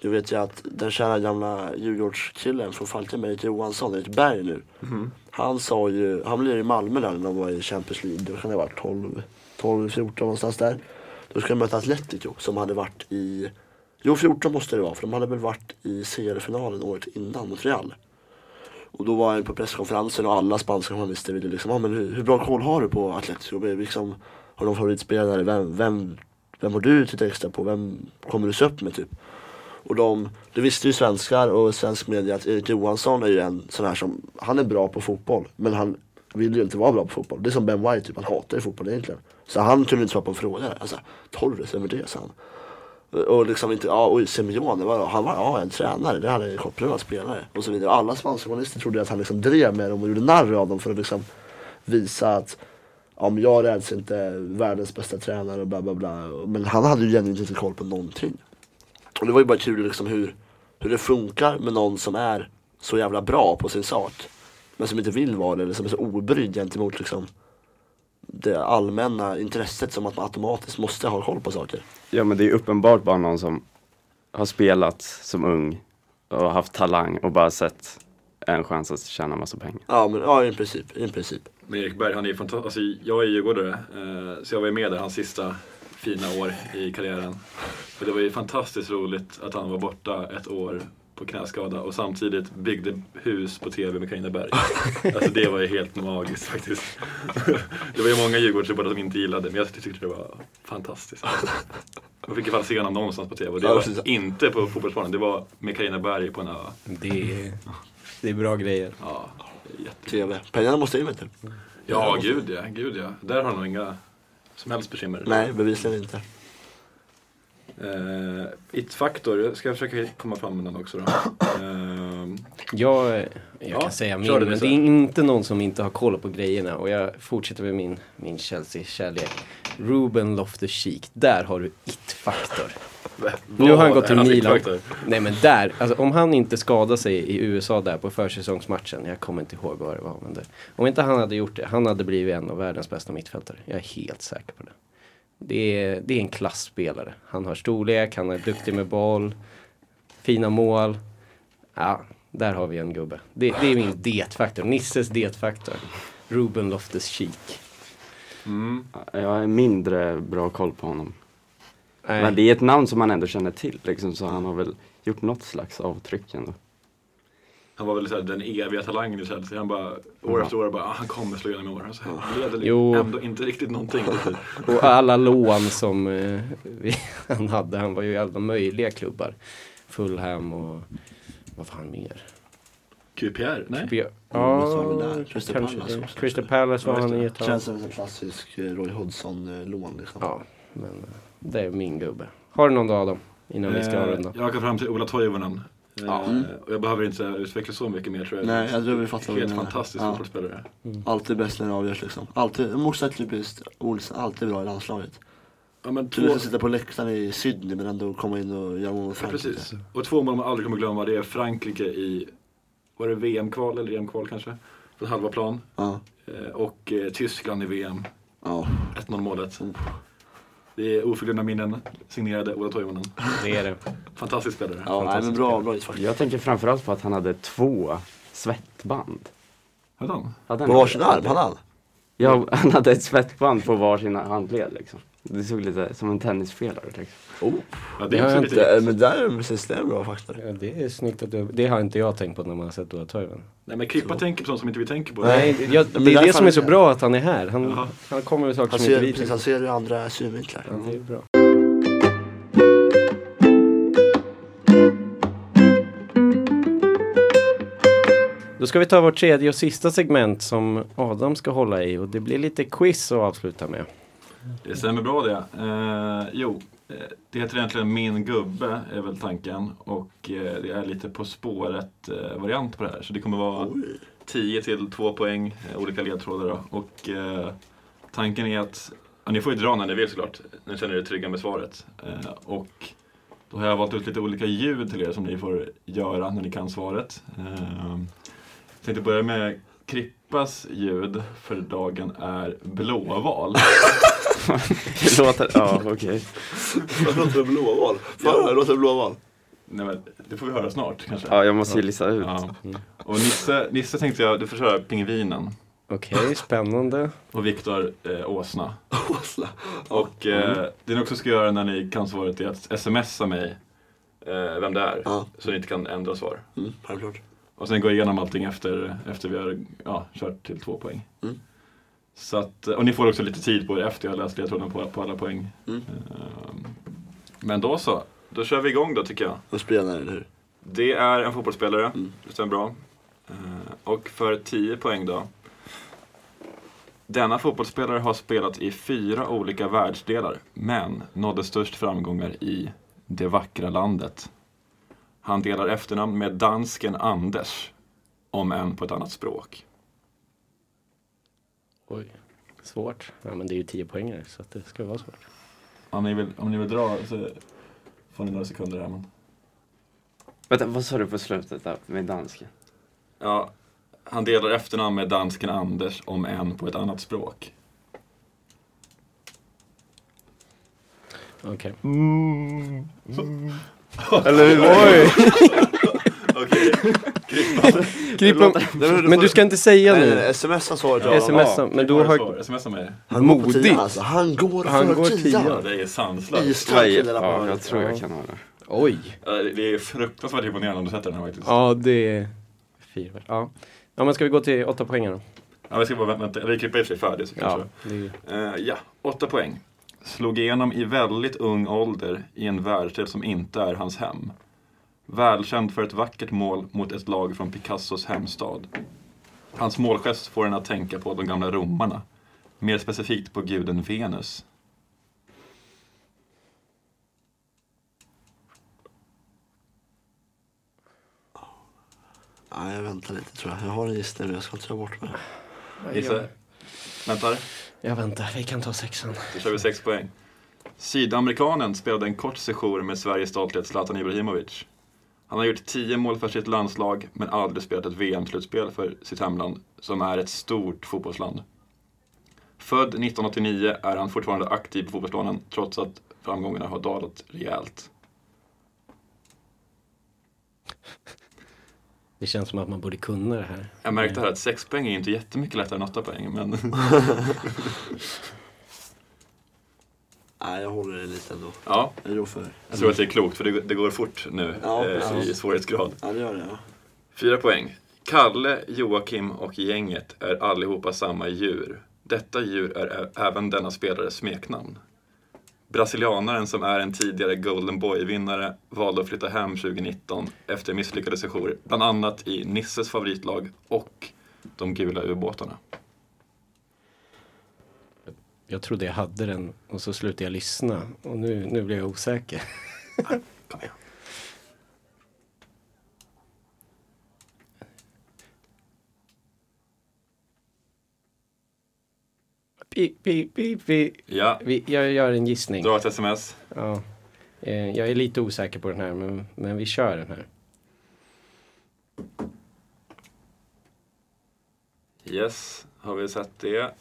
Du vet ju att den kära gamla Djurgårdskillen från Falkenberg, Johansson, Erik Berg nu. Han sa ju, han blev i Malmö där när de var i Champions League. Då kan det ha varit 12-14 någonstans där. Då ska de möta Atletico som hade varit i... 14 måste det vara, för de hade väl varit i CL-finalen året innan mot Real. Och då var jag på presskonferensen och alla spanska journalister ville liksom, men hur bra koll har du på Atletico? Liksom, har de favoritspelare? Vem har du tittat extra på? Vem kommer du se upp med typ? Och det visste ju svenskar och svensk media att Erik Johansson är ju en sån här som, han är bra på fotboll, men han vill ju inte vara bra på fotboll. Det är som Ben White typ, han hatar ju fotboll egentligen. Så han kunde inte svara på en fråga. Alltså, Torres, vem är det, sa han. Och liksom inte, Simeone, han var en tränare, det hade kopplat spelare och så vidare. Alla spanska journalister trodde att han liksom drev med dem och gjorde narr av dem för att liksom visa att jag räds inte världens bästa tränare och bla bla bla. Men han hade ju genuint inte koll på någonting. Och det var ju bara kul liksom hur det funkar med någon som är så jävla bra på sin sak men som inte vill vara det, eller som är så obrydd gentemot liksom det allmänna intresset, som att man automatiskt måste ha koll på saker. Ja, men det är uppenbart bara någon som har spelat som ung och haft talang och bara sett en chans att tjäna massa pengar. Ja, men i princip. Men Erik Berg, han är ju fantastisk. Alltså, jag är djurgårdare, så jag var ju med där hans sista fina år i karriären. Och det var ju fantastiskt roligt att han var borta ett år på knäskada och samtidigt byggde hus på tv med Carina Berg. Alltså det var ju helt magiskt faktiskt. Det var ju många Djurgårdare som inte gillade, men jag tyckte det var fantastiskt. Jag fick i alla fall se honom någonstans på tv och det var inte på fotbollsplanen, det var med Carina Berg på en ö. Det är bra grejer. Ja, TV. Pengarna måste in, vet du. Ja, gud ja. Där har han nog inga som helst bekymmer. Nej, bevisligen inte. It-faktor, ska jag försöka komma fram med den också då. Jag kan säga min, men det är inte någon som inte har koll på grejerna. Och jag fortsätter med min Chelsea-kärlek. Ruben Loftus-Cheek, där har du it-faktor. Nu har han gått till Milan. Nej, men där, alltså, om han inte skadade sig i USA där på försäsongsmatchen, jag kommer inte ihåg vad det var, men om inte han hade gjort det, han hade blivit en av världens bästa mittfältare. Jag är helt säker på det. Det är en klassspelare. Han har storlek, han är duktig med boll, fina mål. Ja, där har vi en gubbe. Det är min det-faktor, Nisses det-faktor. Ruben Loftus-Cheek. Jag har mindre bra koll på honom. Nej. Men det är ett namn som man ändå känner till liksom, så han har väl gjort något slags avtryck ändå. Han var väl så här, den eviga talangen i Chelsea. Han bara, år efter år, han kommer slå igenom i år. Så han leder ändå inte riktigt någonting. Och alla lån som han hade, han var ju i alla möjliga klubbar. Fulham och vad fan mer? QPR? Nej? Ja, Crystal Palace var han i ett tag. Känns som en klassisk Roy Hodgson-lån liksom. Ja, men det är min gubbe. Har du någon dag då? Innan vi ska avrunda. Jag kan fram till Ola Toivonen. Och jag behöver inte utveckla så mycket mer, tror jag. Nej, jag tror vi fattar. Helt fantastisk fotbollsspelare. Alltid bäst när det avgörs liksom. Alltid, motsättligt Olsen, alltid bra i landslaget. Ja, men du ska sitta på läktaren i Sydney men ändå komma in och göra mål. Ja, precis. Och 2 mål man aldrig kommer glömma, det är Frankrike i, var det VM-kval eller EM-kval kanske? Från halva plan. Ja. Och Tyskland i VM. Ja. 1-0-målet. Det är oförglömda minnen, signerade Ola Toivonen. Det är det. Fantastisk spelare. Ja, men bra. Jag tänker framförallt på att han hade 2 svettband. Hade han? På varsin arm, hade han? Ja, han hade ett svettband på varsin handled liksom. Det såg lite som en tennisspelare liksom. Ja, det är lite men där är precis det bra faktiskt. Ja, det är snyggt att det har inte jag tänkt på när man har sett Ola Toivonen. Nej, men Krippa tänker på sånt som inte vi tänker på. Nej, det är det som är så bra att han är här. Han kommer med saker som inte vi tänker. Han ser ju andra synvinklar. Ja, det är bra. Då ska vi ta vårt tredje och sista segment som Adam ska hålla i. Och det blir lite quiz att avsluta med. Det stämmer bra det. Det heter egentligen Min gubbe är väl tanken. Och det är lite På spåret variant på det här. Så det kommer vara 10 till 2 poäng, olika ledtrådar då. Och tanken är att, ni får ju dra när ni vill såklart. Ni känner er trygga med svaret. Och då har jag valt ut lite olika ljud till er som ni får göra när ni kan svaret. Jag tänkte börja med Krippas ljud för dagen är blåval. Det låter, okej. Det låter blåval. Det låter blåval. Nej, men det får vi höra snart kanske. Ja, jag måste ju lista ut. Ja. Och Nisse tänkte jag, du får köra Pingvinen. Okej, spännande. Och Viktor Åsna. Åsna. Och det ni också ska göra när ni kan svaret är att smsa mig vem det är. Ja. Så ni inte kan ändra svar. Självklart. Och sen gå igenom allting efter vi har kört till 2 poäng. Så att, och ni får också lite tid på er efter jag har läst ledtrådarna på alla poäng. Men då så. Då kör vi igång då tycker jag. Och spelar eller hur? Det är en fotbollsspelare. Det stämmer bra. Och för 10 poäng då. Denna fotbollsspelare har spelat i 4 olika världsdelar, men nådde störst framgångar i det vackra landet. Han delar efternamn med dansken Anders, om än på ett annat språk. Oj, svårt. Ja, men det är ju 10 poängare så att det ska vara svårt. Om ni vill dra så får ni några sekunder här. Men... Vänta, vad sa du på slutet där med dansken? Ja, han delar efternamn med dansken Anders, om än på ett annat språk. Okej. Eller hur? Oj! Okej. Men du ska inte säga Nej, nu. smsa svaret. Ja, Smsa, men du har... Smsa mig. Han går på Modigt. 10 alltså. Han går för 10. Ja, det är sanslöst. Iskall kille där på Ja, hörnet. jag tror jag kan ha det. Oj. Det är fruktansvärt imponerande om du sätter den här faktiskt. Ja, det är 4. Ja. Ja, men ska vi gå till 8 poäng då? Ja, vi ska bara vänta. Vi klipper i sig färdigt så kanske. Det är... 8 poäng. Slog igenom i väldigt ung ålder i en världsdel som inte är hans hem. Välkänd för ett vackert mål mot ett lag från Picassos hemstad. Hans målgest får en att tänka på de gamla romarna. Mer specifikt på guden Venus. Nej, jag väntar lite tror jag. Jag har en gissning nu, jag ska inte ta bort mig. Gissa. Väntar. Jag väntar, vi kan ta 6. Då kör vi 6 poäng. Sydamerikanen spelade en kort sejour med Sveriges stolthet Zlatan Ibrahimovic. Han har gjort 10 mål för sitt landslag men aldrig spelat ett VM-slutspel för sitt hemland, som är ett stort fotbollsland. Född 1989 är han fortfarande aktiv på fotbollsplanen trots att framgångarna har dalat rejält. Det känns som att man borde kunna det här. Jag märkte här att 6 poäng är inte jättemycket lättare än 8 poäng, men... Nej, jag håller det lite ändå. Ja, Jag tror för. jag tror att det är klokt för det går fort nu i svårighetsgrad. Ja, det gör det, ja. 4 poäng. Kalle, Joakim och gänget är allihopa samma djur. Detta djur är även denna spelares smeknamn. Brasilianaren som är en tidigare Golden Boy-vinnare valde att flytta hem 2019 efter misslyckade sessioner, bland annat i Nisses favoritlag och de gula ubåtarna. Jag trodde jag hade den och så slutade jag lyssna. Och nu blir jag osäker. Kom igen. Ja, Jag gör en gissning. dra ett sms. Ja. Jag är lite osäker på den här, men vi kör den här. Yes, har vi sett det.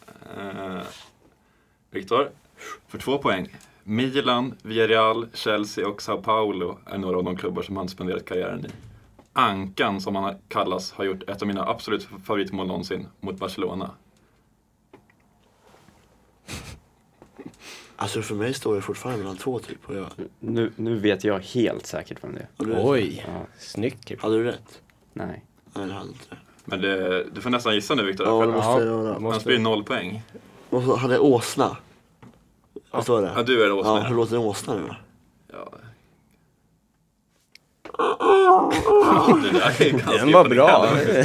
Viktor, för 2 poäng. Milan, Villarreal, Chelsea och Sao Paulo är några av de klubbar som han spenderat karriären i. Ankan, som han kallas, har gjort ett av mina absolut favoritmål någonsin mot Barcelona. Alltså för mig står det fortfarande mellan 2 typ. Och jag... Nu vet jag helt säkert vem det är. Och du vet- Oj, Ja. snyggt. Hade du rätt? Nej. Nej, det hade inte det. Men du får nästan gissa nu, Viktor. Ja, det för måste jag göra. annars blir det 0 poäng. Och så hade jag åsna. Vad står det? Ja, du är Ja, åsna. hur låter en åsna nu då? Ja. Det där är ganska Den var bra. imponerande.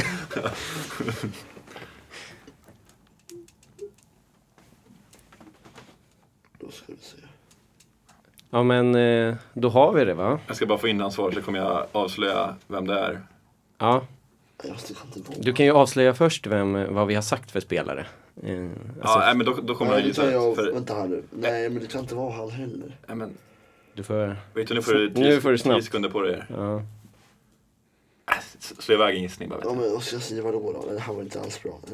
Då ska vi se. Ja, men då har vi det, va? Jag ska bara få in svar så kommer jag avslöja vem det är. Ja. Jag kan inte vara. Du kan ju avslöja först vad vi har sagt för spelare. Ja, nej, men då kommer Nej, jag det gissa kan jag... rätt. Vänta här nu. Nej, men det kan inte vara han heller. Nej, men, Du får... vet du, nu får du Nu får du 10 snabbt. sekunder på dig. Ja. Slå iväg en gissning bara. Vet Ja, du. men vad ska jag säga vadå då? Det här var inte alls bra.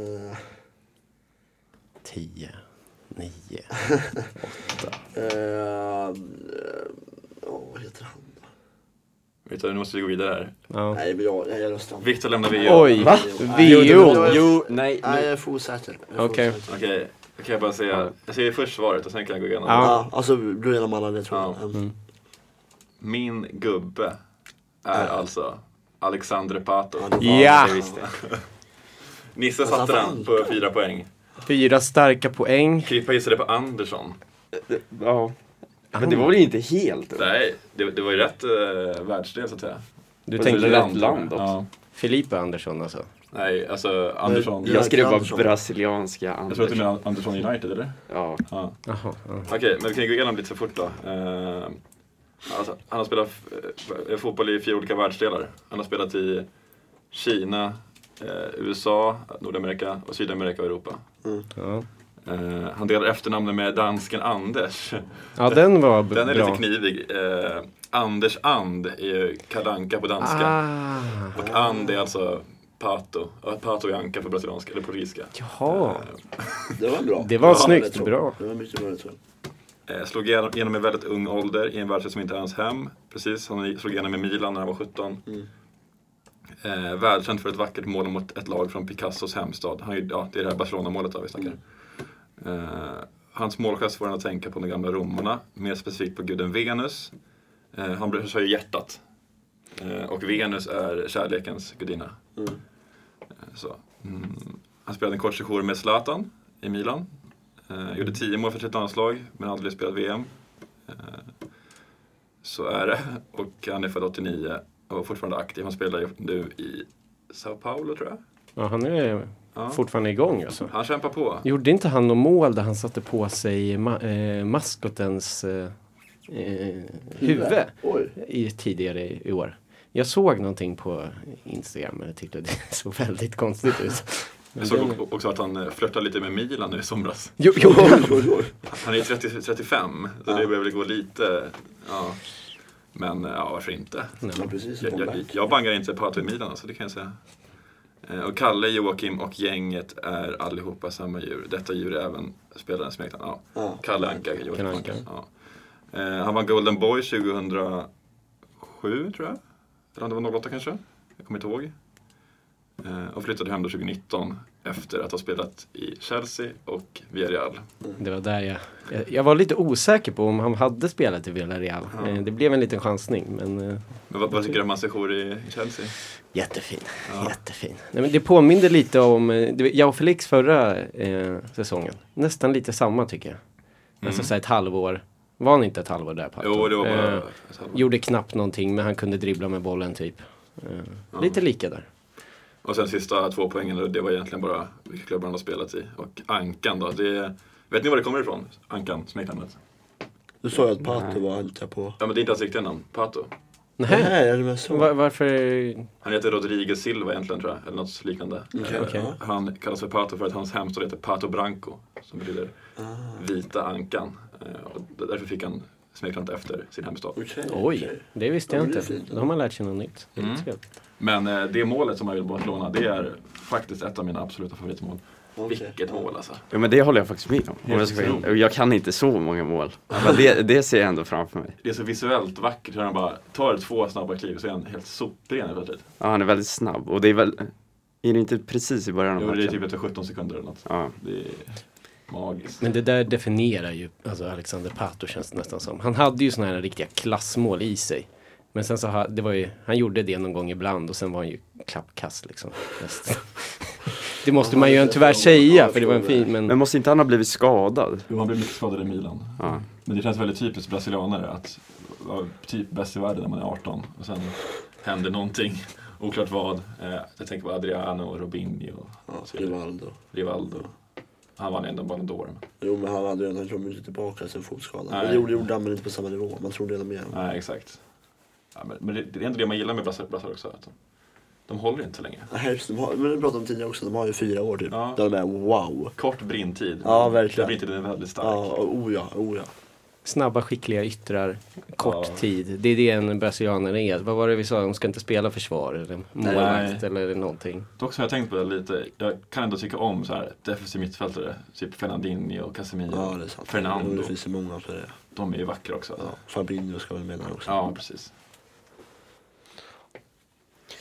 10, 9. Vad heter han då? Vet du, nu måste vi gå vidare här. Ja. Nej, men jag röstar. Viktor lämnar VO. Oj! Va? VO! Nej. Nej, jag är för osäker. Okej. Okej, då kan jag bara säga. Jag säger först svaret och sen kan jag gå igenom. Ja. Ja, alltså gå igenom alla det tror jag. Ja. Mm. Min gubbe är alltså Alexandre Pato. Ja! Det visste jag. Nisse Alltså, satte fan. den på 4 poäng. 4 starka poäng. Krippa gissade på Andersson. Ja. Men det var ju inte helt. Nej, det var ju rätt världsdel så att säga. Du Och tänkte så rätt rätt land också. Ja. Filippe Andersson alltså. Nej, alltså Andersson. Ja. Jag skrev bara Andersson. brasilianska Jag tror att Andersson. du menar Andersson United, eller? Ja. Ja. Jaha. Ja. Okej, men vi kan gå igenom lite så fort då. Alltså, han har spelat fotboll i 4 olika världsdelar. Han har spelat i Kina, USA, Nordamerika och Sydamerika och Europa. Ja. Han delar efternamnet med dansken Anders. Ja, den var Den är bra. lite knivig. Anders And är ju Kalle Anka på danska. Ah. Och And är alltså Pato. Pato är Anka på brasilianska eller portugisiska. Jaha. Det var bra. Det var Ja, snyggt, det tror bra. jag. Det var mycket bra, det tror jag. Slog igenom i väldigt ung ålder i en världsdel som inte är hans hem. Precis, han slog igenom i Milan när han var 17. Världskänd för ett vackert mål mot ett lag från Picassos hemstad. Det är det här Barcelona-målet vi snackar. Hans målgest får han att tänka på de gamla romarna. Mer specifikt på guden Venus. Han sa ju hjärtat. Och Venus är kärlekens gudinna. Han spelade en kort session med Zlatan i Milan. Gjorde 10 mål för sitt landslag, men aldrig spelat VM. Så är det. Och han är född 89 och var fortfarande aktiv. Han spelar nu i Sao Paulo, tror jag. Ja, han är fortfarande igång alltså. Han kämpar på. Gjorde inte han något mål där han satte på sig maskotens huvud tidigare i år? Jag såg någonting på Instagram och jag tyckte det såg väldigt konstigt ut. Jag såg också att han flörtade lite med Milan nu i somras. Jo. Han är 35, så det behöver gå lite... Ja. Men varför inte? Ja, precis. Jag bangar inte Pato i Milan, alltså, det kan jag säga. Och Kalle, Joakim och gänget är allihopa samma djur. Detta djur är även spelarens smeknamn. Ja. Kalle Anka, Joakim Anka. Ja. Han var Golden Boy 2007, tror jag. Eller om det var 08 kanske. Jag kommer inte ihåg. Och flyttade hem då 2019 efter att ha spelat i Chelsea och Villarreal. Det var där jag var lite osäker på om han hade spelat i Villarreal. Det blev en liten chansning. Men vad tycker du om hans sejour i Chelsea? Jättefin. Jättefin. Nej, men det påminner lite om jag och Felix förra säsongen. Nästan lite samma tycker jag. Alltså så här ett halvår. Var han inte ett halvår där? Pato? Jo, det var bara gjorde knappt någonting, men han kunde dribbla med bollen typ. Lite lika där. Och sen sista 2 poängen, det var egentligen bara vilka klubbar han har spelat i. Och Ankan då, vet ni var det kommer ifrån? Ankan, smeknamnet. Du sa ju att Pato var inte på... Ja, men det är inte hans riktiga namn, Pato. Nej, är det med så? Varför? Han heter Rodriguez Silva egentligen, tror jag, eller något liknande. Okej. Han kallas för Pato för att hans hemstad heter Pato Branco, som betyder vita ankan. Och därför fick han smeknamnet efter sin hemstad. Oj, det visste jag Ja, det är inte. fint. Då har man lärt sig något nytt. Men det målet som han vill Barcelona, det är faktiskt ett av mina absoluta favoritmål. Vilket mål alltså. Ja, men det håller jag faktiskt med om. Och jag kan inte så många mål. Men det ser jag ändå framför mig. Det är så visuellt vackert. Han bara tar 2 snabba kliv så är han helt sopren helt plötsligt. Ja, han är väldigt snabb. Och det är väl... Är det inte precis i början av Jo, matchen? det är typ efter 17 sekunder eller något. Ja. Det är magiskt. Men det där definierar ju Alexander Pato, känns det nästan som. Han hade ju såna här riktiga klassmål i sig. Men sen så han gjorde det någon gång ibland och sen var han ju klappkast liksom. Det måste man ju tyvärr säga, för det var en fin... Men måste inte han ha blivit skadad? Jo, han blev mycket skadad i Milan. Ja. Men det känns väldigt typiskt brasilianare att vara typ bäst i världen när man är 18. Och sen händer någonting. Oklart vad. Jag tänker på Adriano, Robinho och så vidare. Rivaldo. Han vann ändå Ballon d'Or. Jo, men han hade ju kommit tillbaka sen fotskadan. Nej. Det gjorde han men inte på samma nivå. Man trodde det mer. Nej, exakt. Ja, men det är ändå det man gillar med brassar också. Att de håller inte så länge. Nej, men det pratade om tidigare också. De har ju 4 år typ. Ja. De är wow. Kort brintid. Ja, verkligen. Brintiden är väldigt stark. Ja, oh ja. Snabba, skickliga yttrar, kort tid. Det är det en brasilianer är. Vad var det vi sa? De ska inte spela försvar eller målvakt eller någonting. Dock så har jag tänkt på det lite. Jag kan ändå tycka om så här defensiv mittfältare. Typ Fernandinho och Casemiro. Ja, det är sant. Fernando. Det finns ju många för det. De är ju vackra också. Ja, Fabinho ska väl med där också. Ja, precis.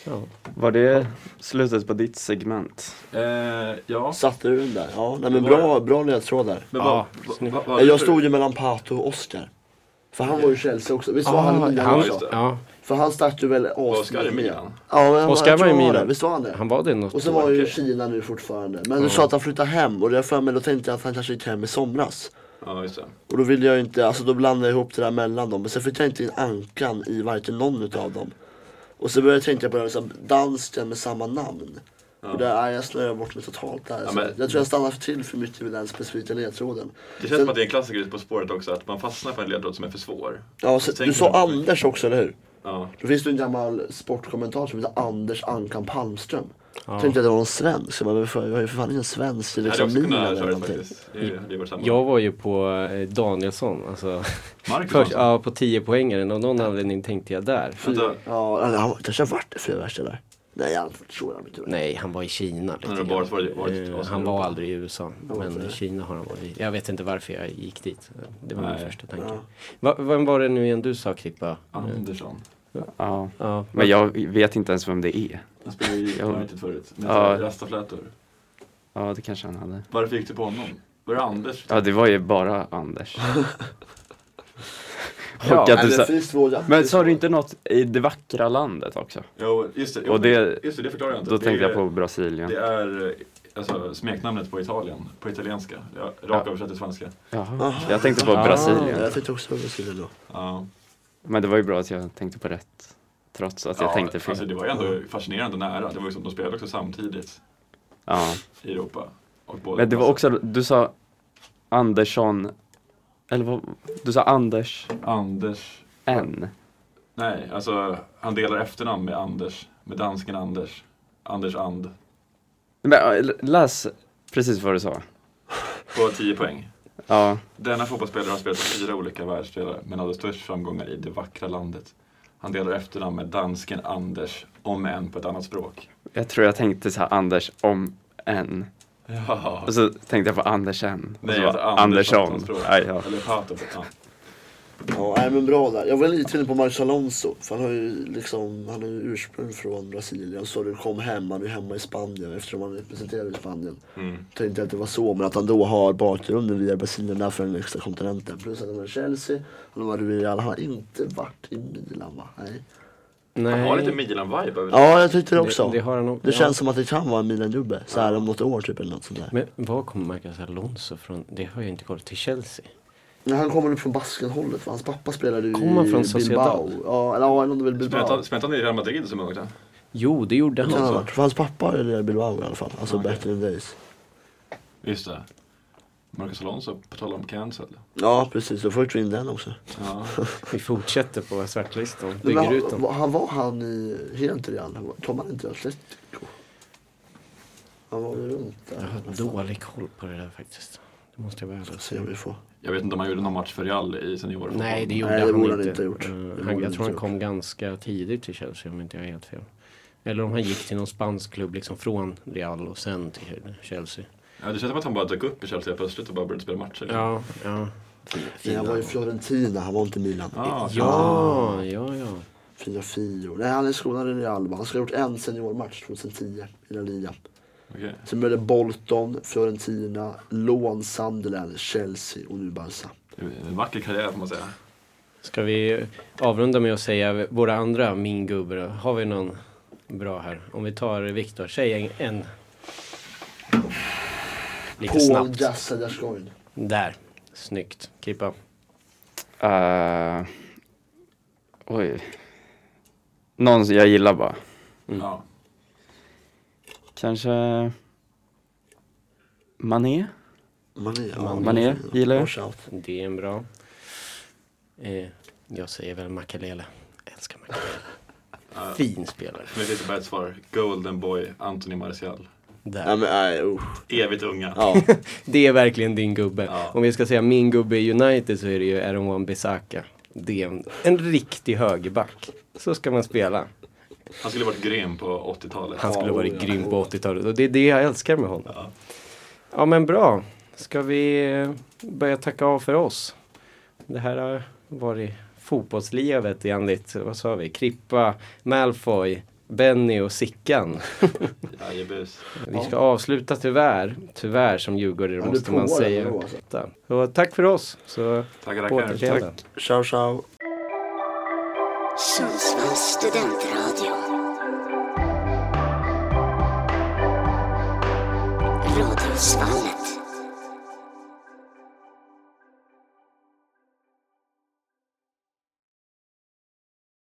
Ja. Var det slutet på ditt segment? Ja. Satte du den där? Ja, nej, men Det var bra ledtråd där. Men Ja, Jag stod ju mellan Pato och Oscar. För han var ju Chelsea också. Visst var han i Milan han, också? ja, För han startade ju väl Oscar i Milan. Ja, men Oscar jag tror var i han Milan. Visst var han det? han var det något Och så var ju Okej. Kina nu fortfarande. Men du sa att han flyttade hem. Och det för mig, då tänkte jag att han kanske gick hem i somras. Ja, just det. Och då ville jag inte, alltså då blandade jag ihop det där mellan dem. Men sen fick jag inte in Ankan i varken någon utav dem. Och så började jag tänka på det här, dansken med samma namn. Och där är jag snöar bort mig totalt där. Ja, Så men- jag tror jag stannar till för mycket med den specifika ledtråden. Det känns som att det är en klassiker ute på spåret också, att man fastnar på en ledtråd som är för svår. Ja, Så du tänker sa man- Anders också, eller hur? Ja. Då finns det en gammal sportkommentar som heter Anders Ankan Palmström. Ja. Tänkte att det var någon svensk, men jag är ju för fan ingen svensk i Det hade liksom också kunnat Milan ha eller köra någonting. faktiskt. Det är vårt samma. Jag var ju på Danielsson, alltså Marcus först, alltså. ja, på 10-poängaren. Av någon anledning tänkte jag där. Vänta, Ja, han kanske har varit det för värsta där. Nej, jag tror han inte. Nej, han var i Kina lite Han har grann. bara varit i Han var aldrig i USA, varför men i det? Kina har han varit. Jag vet inte varför jag gick dit. Det var min Nej. första tanke. Ja. Vem var det nu igen du sa, Krippa? Andersson. Ja. Ja, Men jag vet inte ens vem det är. Han spelade i Ja. United förut. Med Ja. rastaflätor. Ja, det kanske han hade. Varför gick du på honom? Var det Anders? Ja, det var ju bara Anders. Ja, Och att Nej, du det sa, finns två men sa du inte något i det vackra landet också? Jo, just det. Jo, Och det- just det förklarar jag inte. Då Det tänkte är- jag på Brasilien. Det är alltså, smeknamnet på Italien, på italienska. Rakt översatt till svenska. Jaha. Jag tänkte på Ah. Ja, Brasilien. jag tänkte också på Brasilien då. Ja. Men det var ju bra att jag tänkte på rätt. Trots att jag tänkte fel. Alltså, det var ju ändå fascinerande nära. Det var ju som de spelade också samtidigt Ja. i Europa. Och båda Men det var också, du sa Andersson, eller vad, du sa Anders Anders. N. Nej, alltså han delar efternamn med Anders. Med dansken Anders. Anders And. Men läs precis vad du sa. På 10 poäng. Ja, Denna fotbollsspelare har spelat på 4 olika världsdelar men hade störst framgångar i det vackra landet. Han delar efternamn med dansken Anders, om än på ett annat språk. jag tror jag tänkte så här Anders om N. Ja. Och så tänkte jag på Andersen. Och Nej, så alltså var Andersson. Andersson. Nej, ja. Eller Pato. Ja. Ja, nej, men bra där. Jag var lite inne på Marcos Alonso. För han har ju liksom, han har ju ursprung från Brasilien. Så det kom hem, han är ju hemma i Spanien eftersom han representerar i Spanien. Tänkte att det var så, men att han då har bakgrunden via Brasilien därför den extra kontinenten. Plus att han var i Chelsea, han var i Real, han har inte varit i Milan va? Nej. Nej. Han har lite Milan-vibe över Ja, jag tyckte det också. Det har han också. Det känns som att det kan vara en Milan-gubbe, så här om något år typ eller något sånt där. Men var kommer Marcos Alonso från? Det har jag inte kollat. Till Chelsea? Men han kommer upp från Baskenhållet, för hans pappa spelade ju Kommer han från i Sociedad? Bilbao. Ja, eller om det väl Bilbao. Spelade han i Real Madrid som ung också? Jo, det gjorde han Kan ha också. varit. För hans pappa är i Bilbao i alla fall, alltså Okej. back in the days. Just det. Marcus Alonso, på tal om cancel. Ja precis, då får vi in den också. Ja. Vi fortsätter på svartlistan. Men Bygger ut dem. var han i helt Real? Kom han inte i Atletico? Han var ju runt där. Jag har dålig koll på det där faktiskt. Det måste jag väl Se om vi får. Jag vet inte om han gjorde någon match för Real i seniorfotboll. Nej, det gjorde Nej, det han borde han inte. inte ha gjort. Det Jag borde han tror inte han gjort. kom ganska tidigt till Chelsea om inte jag är helt fel. Eller om han gick till någon spansk klubb liksom från Real och sen till Chelsea. Ja, det känns som att han bara dök upp i Chelsea plötsligt och bara började spela matcher. Ja. Nej, han var i Fiorentina, han var inte i Milan. Ah, Ja. Fina Fio. Nej, han är skolad i Real. Han skulle ha gjort en seniormatch 2010 i La Liga. okej. Sen blev det Bolton, Fiorentina, lån, Sunderland, Chelsea och nu Barca. Det är en vacker karriär får man säga. Ska vi avrunda med att säga våra andra min gubbe då? Har vi någon bra här? Om vi tar Viktor, säg en. Lite Paul snabbt. Jassa Gascoigne. Där. Snyggt. Kippa. Oj. Någon jag gillar bara. Ja. Kanske Mané? Mané gillar jag. Bra shout. Det är en bra. Jag säger väl Makalele. Älskar Makalele. Fin spelare. Men det är bara ett svar. Golden Boy, Anthony Martial. Där. Nej men nej, Evigt unga. ja. Det är verkligen din gubbe. Ja. Om vi ska säga min gubbe i United så är det ju Aaron Wan-Bissaka. Det är en riktig högerback. Så ska man spela. Han skulle varit grym på 80-talet. Han skulle Ja, varit ja. grym på 80-talet. Och det är det jag älskar med honom. Ja. Ja men bra. Ska vi börja tacka av för oss? Det här har varit fotbollslivet enligt, vad sa vi? Krippa, Malfoy Benny och Sickan. Jajebus. Vi ska avsluta tyvärr som djurgårdare måste man säga. Så tack för oss. Så Tackar. Tack. Ciao, ciao. Sundsvalls studentradio. Radiosvallet.